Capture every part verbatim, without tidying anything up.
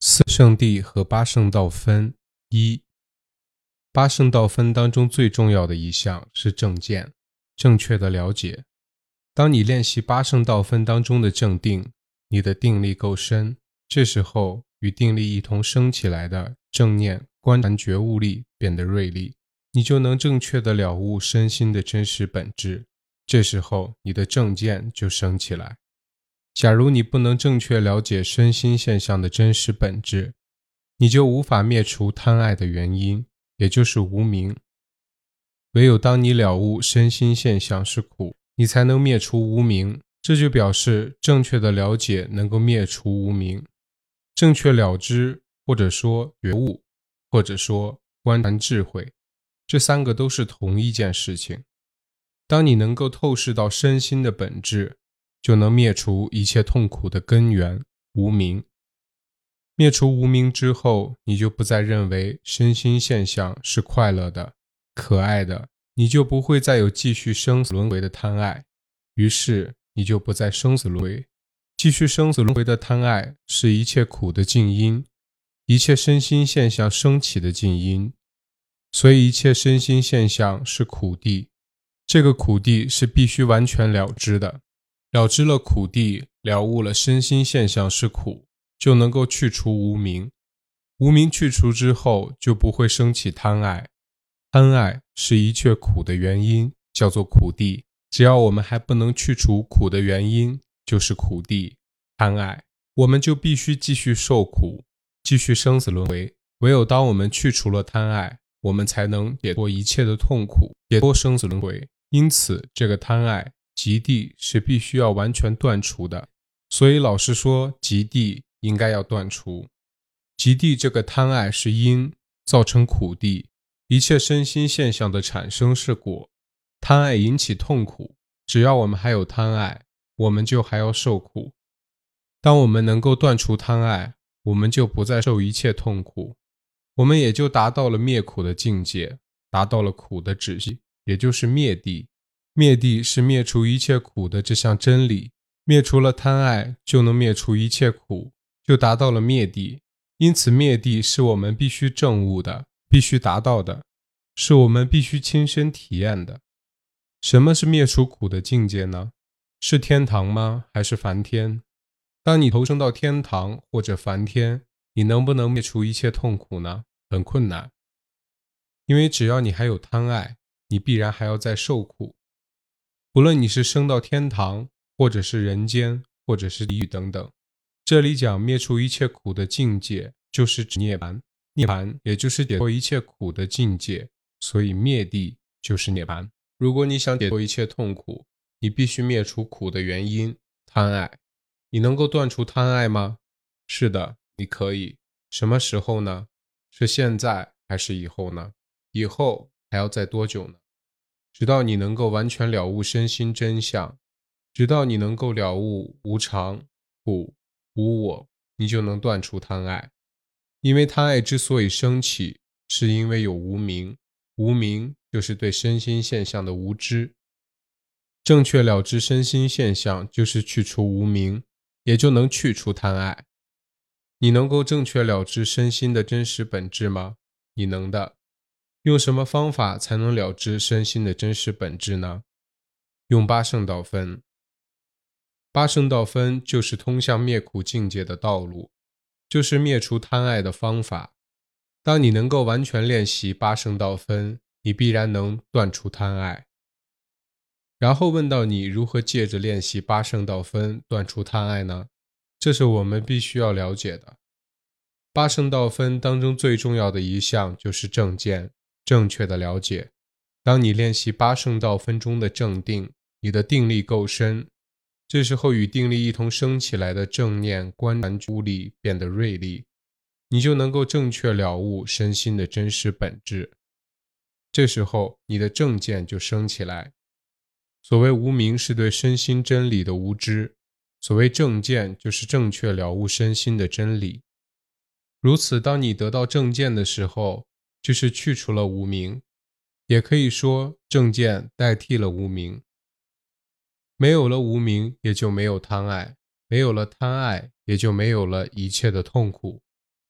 四圣谛和八圣道分。一、八圣道分当中最重要的一项是正见，正确的了解。当你练习八圣道分当中的正定，你的定力够深，这时候与定力一同升起来的正念观察觉悟力变得锐利，你就能正确的了悟身心的真实本质，这时候你的正见就升起来。假如你不能正确了解身心现象的真实本质，你就无法灭除贪爱的原因，也就是无明。唯有当你了悟身心现象是苦，你才能灭除无明，这就表示正确的了解能够灭除无明。正确了知，或者说觉悟，或者说观察智慧，这三个都是同一件事情。当你能够透视到身心的本质，就能灭除一切痛苦的根源无明。灭除无明之后，你就不再认为身心现象是快乐的、可爱的，你就不会再有继续生死轮回的贪爱，于是你就不再生死轮回。继续生死轮回的贪爱是一切苦的近因，一切身心现象升起的近因，所以一切身心现象是苦谛。这个苦谛是必须完全了知的，了知了苦谛，了悟了身心现象是苦，就能够去除无明。无明去除之后，就不会升起贪爱。贪爱是一切苦的原因，叫做苦谛。只要我们还不能去除苦的原因，就是苦谛贪爱，我们就必须继续受苦，继续生死轮回。唯有当我们去除了贪爱，我们才能解脱一切的痛苦，解脱生死轮回。因此这个贪爱极谛是必须要完全断除的，所以老师说极谛应该要断除。极谛这个贪爱是因，造成苦谛，一切身心现象的产生是果。贪爱引起痛苦，只要我们还有贪爱，我们就还要受苦。当我们能够断除贪爱，我们就不再受一切痛苦，我们也就达到了灭苦的境界，达到了苦的止息，也就是灭谛。灭谛是灭除一切苦的这项真理，灭除了贪爱，就能灭除一切苦，就达到了灭谛。因此灭谛是我们必须证悟的，必须达到的，是我们必须亲身体验的。什么是灭除苦的境界呢？是天堂吗？还是梵天？当你投生到天堂或者梵天，你能不能灭除一切痛苦呢？很困难，因为只要你还有贪爱，你必然还要再受苦。不论你是升到天堂，或者是人间，或者是地狱等等，这里讲灭除一切苦的境界，就是指涅槃。涅槃也就是解脱一切苦的境界，所以灭谛就是涅槃。如果你想解脱一切痛苦，你必须灭除苦的原因贪爱。你能够断除贪爱吗？是的，你可以。什么时候呢？是现在还是以后呢？以后还要再多久呢？直到你能够完全了悟身心真相，直到你能够了悟无常、苦、无我，你就能断除贪爱。因为贪爱之所以升起，是因为有无明，无明就是对身心现象的无知。正确了知身心现象，就是去除无明，也就能去除贪爱。你能够正确了知身心的真实本质吗？你能的。用什么方法才能了知身心的真实本质呢？用八圣道分。八圣道分就是通向灭苦境界的道路，就是灭除贪爱的方法。当你能够完全练习八圣道分，你必然能断除贪爱。然后问到你如何借着练习八圣道分断除贪爱呢？这是我们必须要了解的。八圣道分当中最重要的一项就是正见，正确的了解。当你练习八圣道分中的正定，你的定力够深，这时候与定力一同升起来的正念观察觉悟力变得锐利，你就能够正确了悟身心的真实本质。这时候你的正见就升起来。所谓无明是对身心真理的无知，所谓正见就是正确了悟身心的真理。如此，当你得到正见的时候，就是去除了无明，也可以说正见代替了无明。没有了无明，也就没有贪爱，没有了贪爱，也就没有了一切的痛苦。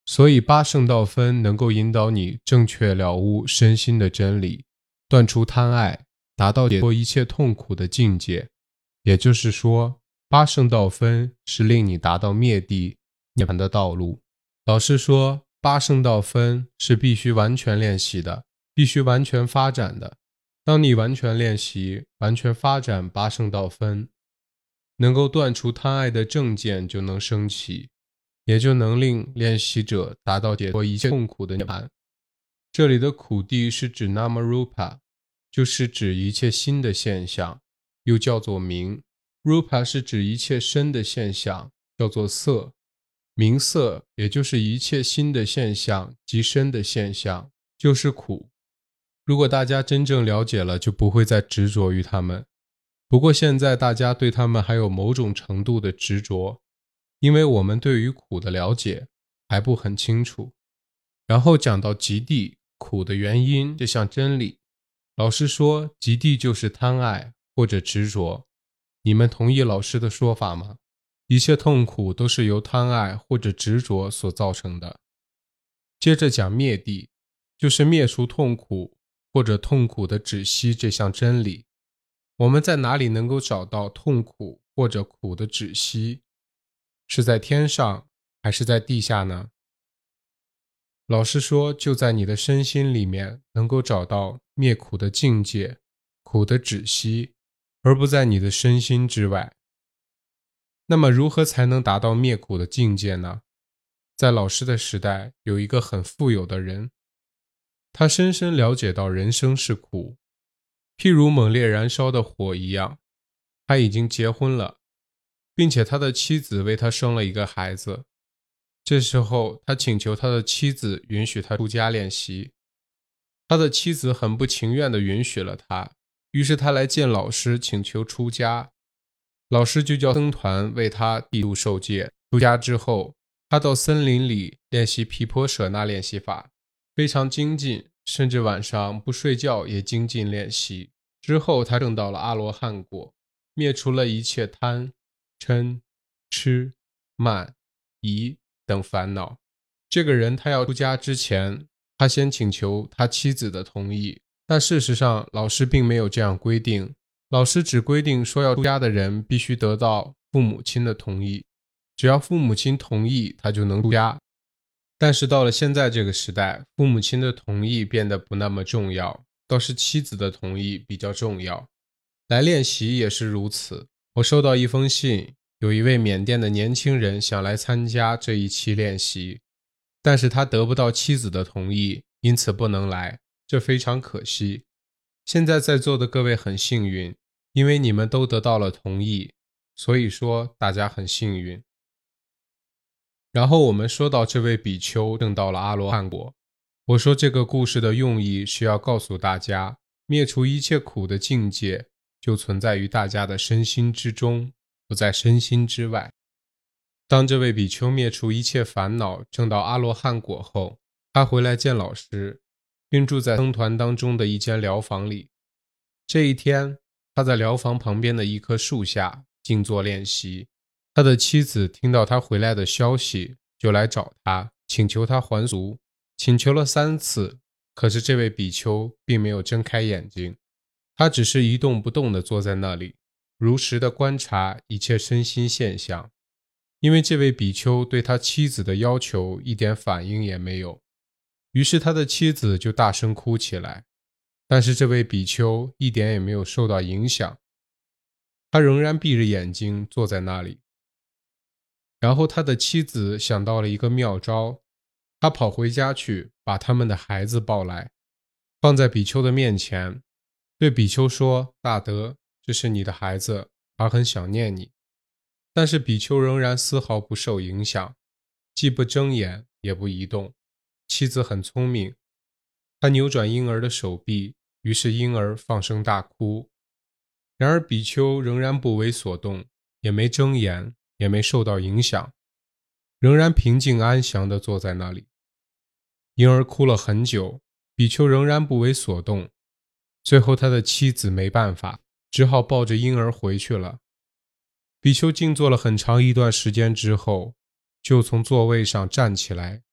所以八圣道分能够引导你正确了悟身心的真理，断除贪爱，达到解脱一切痛苦的境界。也就是说，八圣道分是令你达到灭地涅槃的道路。老师说，八圣道分是必须完全练习的，必须完全发展的。当你完全练习，完全发展八圣道分，能够断除贪爱的正见就能升起，也就能令练习者达到解脱一切痛苦的涅槃。这里的苦地是指 Namarupa， 就是指一切心的现象，又叫做名。Rupa 是指一切身的现象，叫做色。名色也就是一切心的现象及身的现象，就是苦。如果大家真正了解了，就不会再执着于他们。不过现在大家对他们还有某种程度的执着，因为我们对于苦的了解还不很清楚。然后讲到极地，苦的原因这项真理，老师说极地就是贪爱或者执着。你们同意老师的说法吗？一切痛苦都是由贪爱或者执着所造成的。接着讲灭地，就是灭除痛苦或者痛苦的止息这项真理。我们在哪里能够找到痛苦或者苦的止息？是在天上还是在地下呢？老师说，就在你的身心里面能够找到灭苦的境界，苦的止息，而不在你的身心之外。那么如何才能达到灭苦的境界呢？在老师的时代，有一个很富有的人，他深深了解到人生是苦，譬如猛烈燃烧的火一样。他已经结婚了，并且他的妻子为他生了一个孩子。这时候他请求他的妻子允许他出家练习，他的妻子很不情愿地允许了他，于是他来见老师请求出家。老师就叫僧团为他剃度受戒。出家之后，他到森林里练习毗婆舍那练习法，非常精进，甚至晚上不睡觉也精进练习。之后他证到了阿罗汉果，灭除了一切贪、嗔、痴、慢、疑等烦恼。这个人他要出家之前，他先请求他妻子的同意，但事实上老师并没有这样规定。老师只规定说要出家的人必须得到父母亲的同意，只要父母亲同意他就能出家。但是到了现在这个时代，父母亲的同意变得不那么重要，倒是妻子的同意比较重要。来练习也是如此。我收到一封信，有一位缅甸的年轻人想来参加这一期练习，但是他得不到妻子的同意，因此不能来，这非常可惜。现在在座的各位很幸运，因为你们都得到了同意，所以说大家很幸运。然后我们说到这位比丘证到了阿罗汉果。我说这个故事的用意是要告诉大家，灭除一切苦的境界就存在于大家的身心之中，不在身心之外。当这位比丘灭除一切烦恼，证到阿罗汉果后，他回来见老师，并住在僧团当中的一间疗房里。这一天，他在疗房旁边的一棵树下静坐练习。他的妻子听到他回来的消息，就来找他，请求他还俗。请求了三次，可是这位比丘并没有睁开眼睛，他只是一动不动地坐在那里，如实地观察一切身心现象。因为这位比丘对他妻子的要求一点反应也没有，于是他的妻子就大声哭起来。但是这位比丘一点也没有受到影响，他仍然闭着眼睛坐在那里。然后他的妻子想到了一个妙招，他跑回家去，把他们的孩子抱来，放在比丘的面前，对比丘说：大德，这是你的孩子，他很想念你。但是比丘仍然丝毫不受影响，既不睁眼也不移动。妻子很聪明，她扭转婴儿的手臂，于是婴儿放声大哭。然而比丘仍然不为所动，也没睁眼，也没受到影响，仍然平静安详地坐在那里。婴儿哭了很久，比丘仍然不为所动。最后他的妻子没办法，只好抱着婴儿回去了。比丘静坐了很长一段时间之后，就从座位上站起来，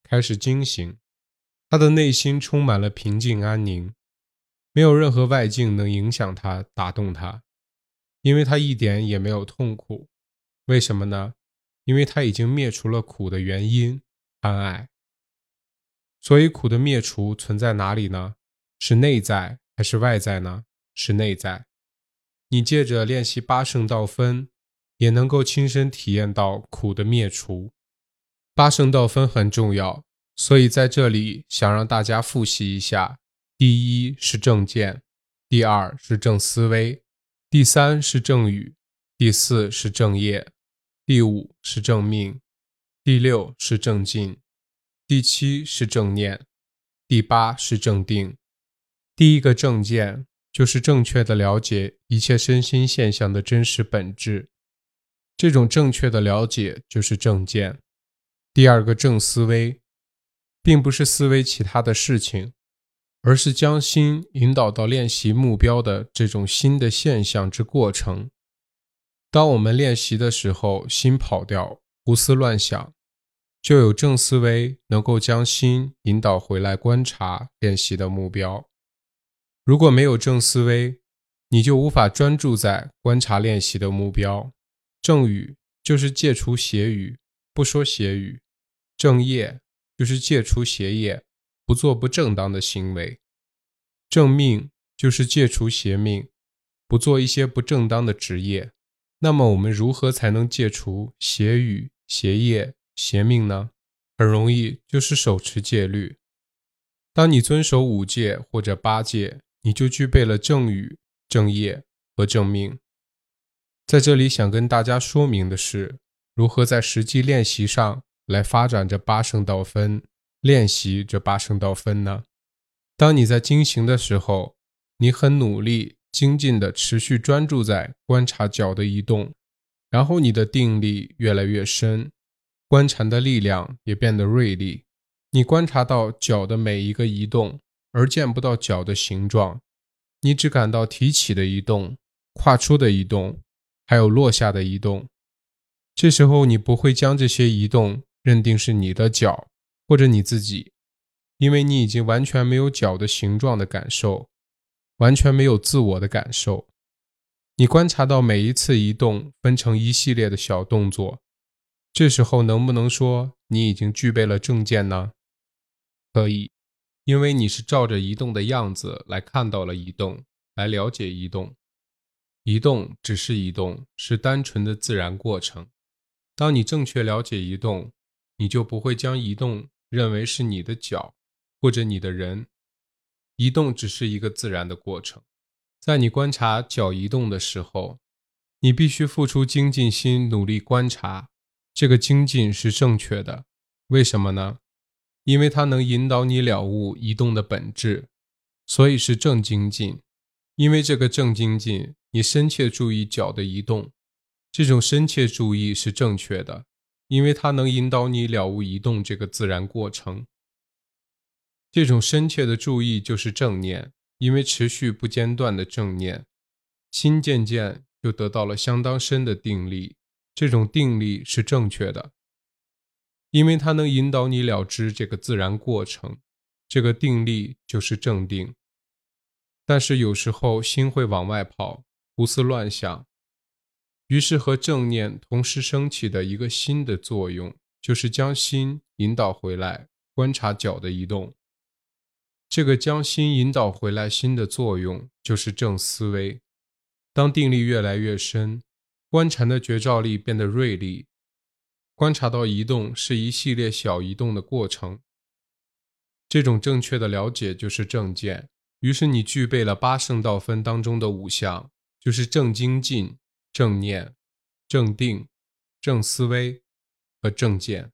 开始精行，他的内心充满了平静安宁，没有任何外境能影响他、打动他，因为他一点也没有痛苦。为什么呢？因为他已经灭除了苦的原因，贪爱。所以苦的灭除存在哪里呢？是内在还是外在呢？是内在。你借着练习八圣道分，也能够亲身体验到苦的灭除。八圣道分很重要，所以在这里想让大家复习一下。第一是正见，第二是正思维，第三是正语，第四是正业，第五是正命，第六是正进，第七是正念，第八是正定。第一个正见就是正确的了解一切身心现象的真实本质，这种正确的了解就是正见。第二个正思维，并不是思维其他的事情，而是将心引导到练习目标的这种新的现象之过程。当我们练习的时候，心跑掉，胡思乱想，就有正思维能够将心引导回来观察练习的目标。如果没有正思维，你就无法专注在观察练习的目标。正语就是戒除邪语，不说邪语。正业就是戒除邪业，不做不正当的行为。正命就是戒除邪命，不做一些不正当的职业。那么我们如何才能戒除邪语、邪业、邪命呢？很容易，就是手持戒律。当你遵守五戒或者八戒，你就具备了正语、正业和正命。在这里想跟大家说明的是，如何在实际练习上来发展这八圣道分，练习这八圣道分呢？当你在精行的时候，你很努力精进地持续专注在观察脚的移动，然后你的定力越来越深，观察的力量也变得锐利。你观察到脚的每一个移动，而见不到脚的形状，你只感到提起的移动、跨出的移动，还有落下的移动。这时候你不会将这些移动认定是你的脚或者你自己，因为你已经完全没有脚的形状的感受，完全没有自我的感受。你观察到每一次移动分成一系列的小动作，这时候能不能说你已经具备了正见呢？可以，因为你是照着移动的样子来看到了移动，来了解移动。移动只是移动，是单纯的自然过程。当你正确了解移动，你就不会将移动认为是你的脚或者你的人。移动只是一个自然的过程。在你观察脚移动的时候，你必须付出精进心，努力观察。这个精进是正确的。为什么呢？因为它能引导你了悟移动的本质，所以是正精进。因为这个正精进，你深切注意脚的移动，这种深切注意是正确的，因为它能引导你了悟移动这个自然过程。这种深切的注意就是正念，因为持续不间断的正念，心渐渐就得到了相当深的定力，这种定力是正确的，因为它能引导你了知这个自然过程，这个定力就是正定。但是有时候心会往外跑，胡思乱想，于是和正念同时升起的一个新的作用，就是将心引导回来，观察脚的移动。这个将心引导回来心的作用就是正思维。当定力越来越深，观察的觉照力变得锐利，观察到移动是一系列小移动的过程。这种正确的了解就是正见，于是你具备了八圣道分当中的五项，就是正精进、正念、正定、正思维和正见。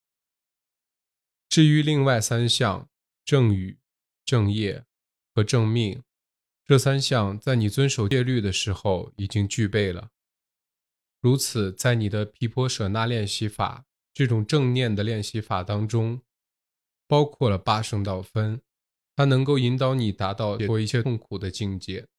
至于另外三项，正语、正业和正命，这三项在你遵守戒律的时候已经具备了。如此，在你的毗婆舍那练习法这种正念的练习法当中，包括了八圣道分，它能够引导你达到解脱一切痛苦的境界。